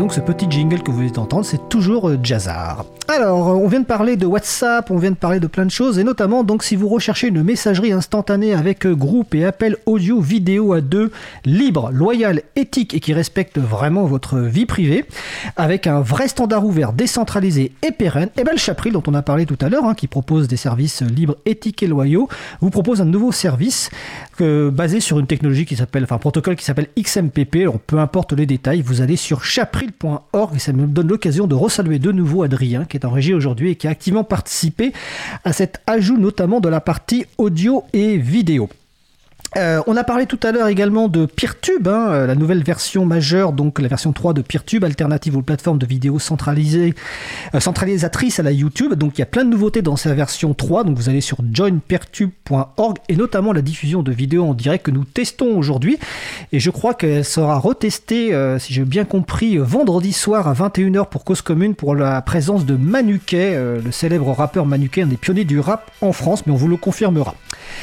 donc ce petit jingle que vous venez d'entendre, c'est toujours Jazzar. Alors, on vient de parler de WhatsApp, on vient de parler de plein de choses, et notamment, donc, si vous recherchez une messagerie instantanée avec groupe et appel audio, vidéo à deux, libre, loyal, éthique et qui respecte vraiment votre vie privée, avec un vrai standard ouvert, décentralisé et pérenne, et bien le Chapril, dont on a parlé tout à l'heure, qui propose des services libres, éthiques et loyaux, vous propose un nouveau service basé sur une technologie un protocole qui s'appelle XMPP. Alors, peu importe les détails, vous allez sur chapril.org et ça me donne l'occasion de resaluer de nouveau Adrien, qui est en régie aujourd'hui et qui a activement participé à cet ajout, notamment de la partie audio et vidéo. On a parlé tout à l'heure également de Peertube, la nouvelle version majeure, donc la version 3 de Peertube, alternative aux plateformes de vidéos centralisatrices à la YouTube. Donc il y a plein de nouveautés dans sa version 3, donc vous allez sur joinpeertube.org et notamment la diffusion de vidéos en direct que nous testons aujourd'hui. Et je crois qu'elle sera retestée, si j'ai bien compris, vendredi soir à 21h pour Cause Commune pour la présence de Manuquet, le célèbre rappeur Manuquet, un des pionniers du rap en France, mais on vous le confirmera.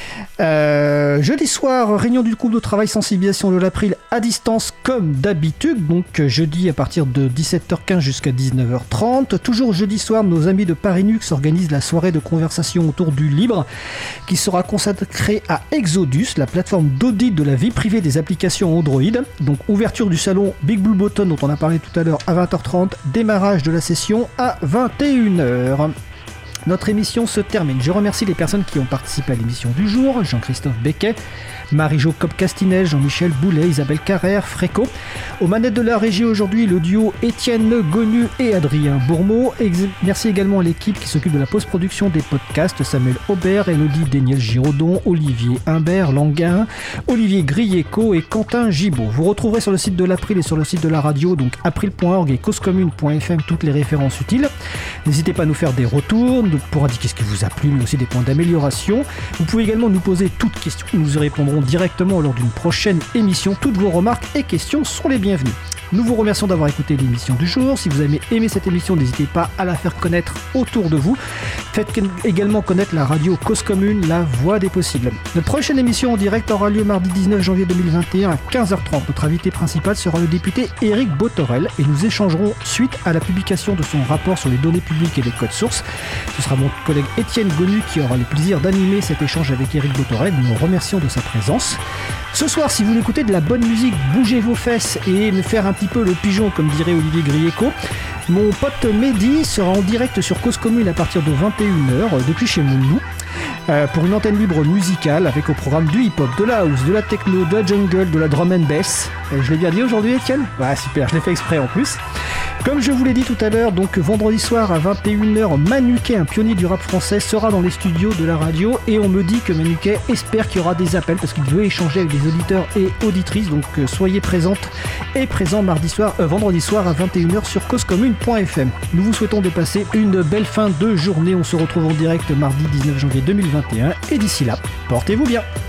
Jeudi soir, réunion du groupe de travail sensibilisation de l'April à distance comme d'habitude, donc jeudi à partir de 17h15 jusqu'à 19h30. Toujours jeudi soir, nos amis de Parinux organisent la soirée de conversation autour du libre qui sera consacrée à Exodus, la plateforme d'audit de la vie privée des applications Android. Donc ouverture du salon Big Blue Button dont on a parlé tout à l'heure à 20h30, démarrage de la session à 21h. Notre émission se termine. Je remercie les personnes qui ont participé à l'émission du jour. Jean-Christophe Becquet, Marie-Jo Cobb-Castinel, Jean-Michel Boulet, Isabelle Carrère, Fréco. Aux manettes de la régie aujourd'hui, le duo Étienne Gonu et Adrien Bourmeau. Merci également à l'équipe qui s'occupe de la post-production des podcasts, Samuel Aubert, Elodie Déniel-Giraudon, Olivier Humbert Languin, Olivier Grieco et Quentin Gibaud. Vous retrouverez sur le site de l'April et sur le site de la radio, donc april.org et causecommune.fm, toutes les références utiles. N'hésitez pas à nous faire des retours pour indiquer ce qui vous a plu, mais aussi des points d'amélioration. Vous pouvez également nous poser toutes questions. Nous y répondrons directement lors d'une prochaine émission. Toutes vos remarques et questions sont les bienvenues. Nous vous remercions d'avoir écouté l'émission du jour. Si vous avez aimé cette émission, n'hésitez pas à la faire connaître autour de vous. Faites également connaître la radio Cause Commune, la voix des possibles. Notre prochaine émission en direct aura lieu mardi 19 janvier 2021 à 15h30. Notre invité principal sera le député Éric Botorel et nous échangerons suite à la publication de son rapport sur les données publiques et les codes sources. Ce sera mon collègue Étienne Gonu qui aura le plaisir d'animer cet échange avec Éric Botorel. Nous nous remercions de sa présence. Ce soir, si vous voulez écouter de la bonne musique, bougez vos fesses et me faire un petit peu le pigeon, comme dirait Olivier Grieco, mon pote Mehdi sera en direct sur Cause Commune à partir de 21h depuis chez Moulou pour une antenne libre musicale avec au programme du hip-hop, de la house, de la techno, de la jungle, de la drum and bass. Je l'ai bien dit aujourd'hui, Étienne ? Ouais, super, je l'ai fait exprès en plus. Comme je vous l'ai dit tout à l'heure, donc vendredi soir à 21h, Manuquet, un pionnier du rap français, sera dans les studios de la radio et on me dit que Manuquet espère qu'il y aura des appels parce qu'il veut échanger avec des auditeurs et auditrices, donc soyez présentes et présents vendredi soir à 21h sur causecommune.fm. Nous vous souhaitons de passer une belle fin de journée. On se retrouve en direct mardi 19 janvier 2021 et d'ici là, portez-vous bien.